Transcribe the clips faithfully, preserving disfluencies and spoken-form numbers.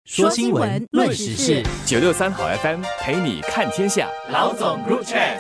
说新闻，论时事， 九六三好 F M 陪你看天下。 老总 Group Chat。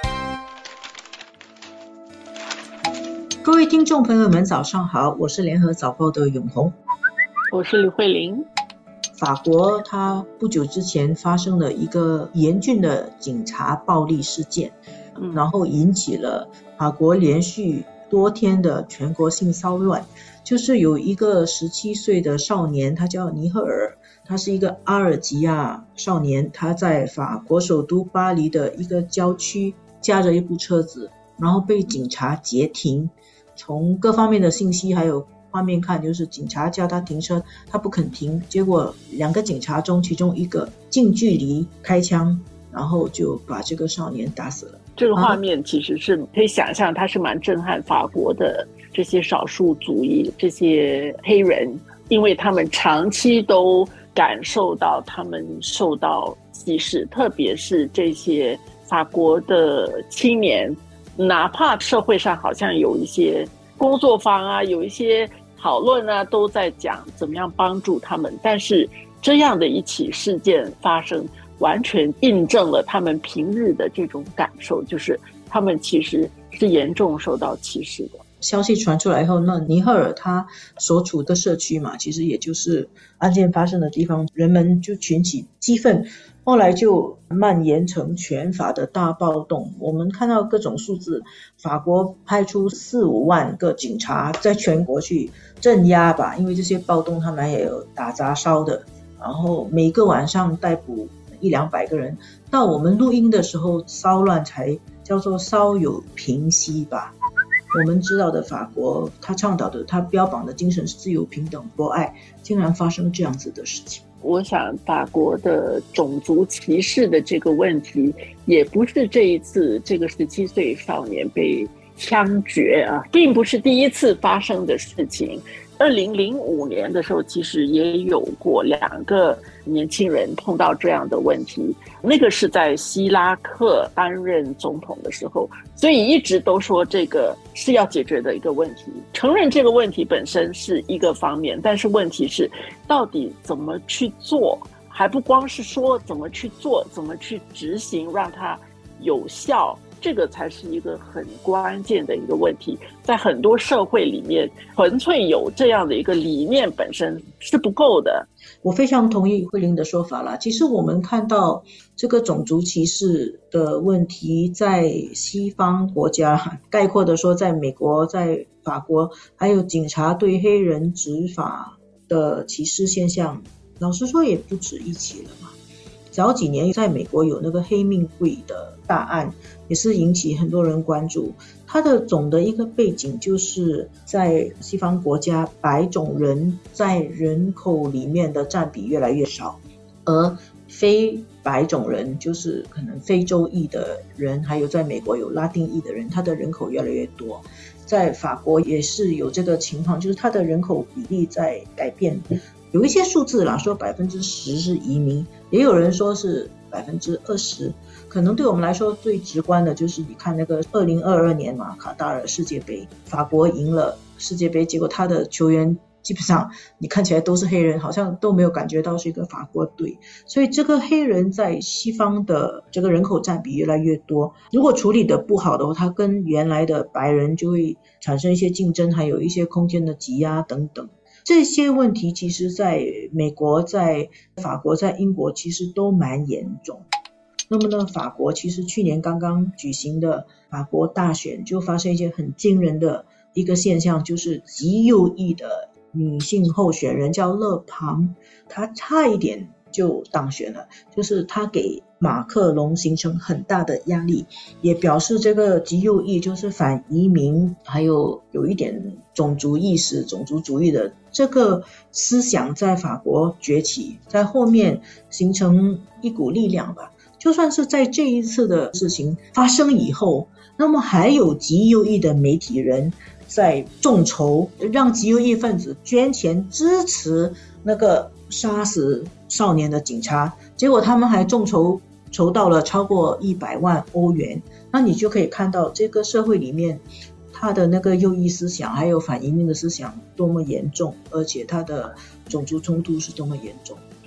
各位听众朋友们早上好，我是联合早报的永红， 我是李慧玲。 法国它不久之前发生了一个严峻的警察暴力事件、嗯、然后引起了法国连续多天的全国性骚乱，就是有一个十七岁的少年，他叫尼赫尔，他是一个阿尔及亚少年，他在法国首都巴黎的一个郊区驾着一部车子，然后被警察截停。从各方面的信息还有画面看，就是警察叫他停车，他不肯停，结果两个警察中其中一个近距离开枪，然后就把这个少年打死了。 这个画面其实是可以想象，它是蛮震撼法国的这些少数族裔，这些黑人，因为他们长期都感受到他们受到歧视，特别是这些法国的青年，哪怕社会上好像有一些工作坊啊，有一些讨论啊，都在讲怎么样帮助他们，但是这样的一起事件发生，完全印证了他们平日的这种感受，就是他们其实是严重受到歧视的。 消息传出来以后，那尼赫尔他所处的社区嘛，其实也就是案件发生的地方，人们就群起激愤，后来就蔓延成全法的大暴动。我们看到各种数字，法国派出四五万个警察在全国去镇压吧，因为这些暴动他们也有打砸烧的，然后每个晚上逮捕一两百个人。到我们录音的时候，骚乱才叫做稍有平息吧。我们知道的法国，他倡导的，他标榜的精神是自由、平等、博爱，竟然发生这样子的事情。 我想法国的种族歧视的这个问题，也不是这一次这个十七岁少年被枪决啊，并不是第一次发生的事情。二零零五年的时候，其实也有过两个年轻人碰到这样的问题，那个是在希拉克担任总统的时候，所以一直都说这个是要解决的一个问题。承认这个问题本身是一个方面，但是问题是到底怎么去做，还不光是说怎么去做，怎么去执行，让它有效，这个才是一个很关键的一个问题。在很多社会里面，纯粹有这样的一个理念本身是不够的。 我非常同意慧玲的说法啦。其实我们看到这个种族歧视的问题，在西方国家，概括的说，在美国、在法国，还有警察对黑人执法的歧视现象，老实说也不止一起了嘛。早几年在美国有那个黑命贵的大案，也是引起很多人关注。它的总的一个背景就是在西方国家，白种人在人口里面的占比越来越少，而非白种人，就是可能非洲裔的人，还有在美国有拉丁裔的人，他的人口越来越多。在法国也是有这个情况，就是他的人口比例在改变。有一些数字啦，说百分之十是移民，也有人说是百分之二十。可能对我们来说最直观的就是你看那个二零二二年嘛，卡塔尔世界杯，法国赢了世界杯，结果他的球员基本上你看起来都是黑人，好像都没有感觉到是一个法国队。所以这个黑人在西方的这个人口占比越来越多，如果处理的不好的话，他跟原来的白人就会产生一些竞争，还有一些空间的挤压等等。这些问题其实在美国、在法国、在英国其实都蛮严重。那么呢，法国其实去年刚刚举行的法国大选就发生一件很惊人的一个现象，就是极右翼的女性候选人叫勒庞，她差一点就当选了，就是她给马克龙形成很大的压力，也表示这个极右翼就是反移民，还有有一点种族意识、种族主义的这个思想在法国崛起，在后面形成一股力量吧。就算是在这一次的事情发生以后，那么还有极右翼的媒体人在众筹，让极右翼分子捐钱支持那个杀死少年的警察，结果他们还众筹筹到了超过一百万欧元。那你就可以看到这个社会里面他的那个右翼思想还有反移民的思想多么严重，而且他的种族冲突是多么严重。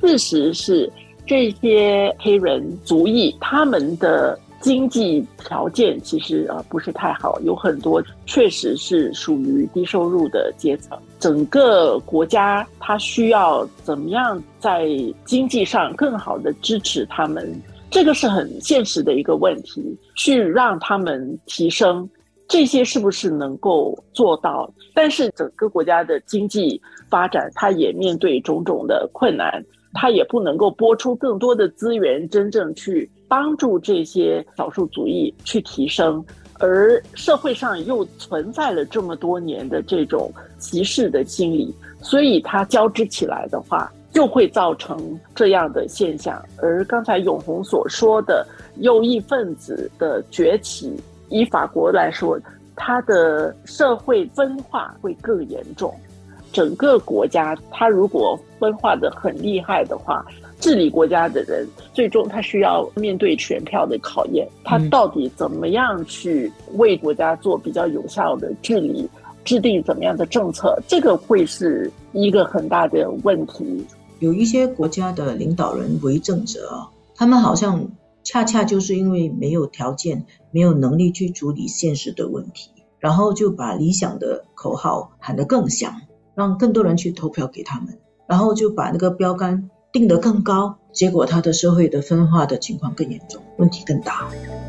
事实是这些黑人族裔他们的经济条件其实呃不是太好，有很多确实是属于低收入的阶层。整个国家它需要怎么样在经济上更好的支持他们，这个是很现实的一个问题，去让他们提升，这些是不是能够做到？但是整个国家的经济发展它也面对种种的困难，它也不能够拨出更多的资源真正去帮助这些少数族裔去提升，而社会上又存在了这么多年的这种歧视的心理，所以它交织起来的话就会造成这样的现象。而刚才永红所说的右翼分子的崛起，以法国来说，它的社会分化会更严重。整个国家它如果分化的很厉害的话，治理国家的人最终他需要面对选票的考验，他到底怎么样去为国家做比较有效的治理，制定怎么样的政策，这个会是一个很大的问题。 有一些国家的领导人为政者、哦、他们好像恰恰就是因为没有条件没有能力去处理现实的问题，然后就把理想的口号喊得更响，让更多人去投票给他们，然后就把那个标杆定得更高，结果他的社会的分化的情况更严重，问题更大。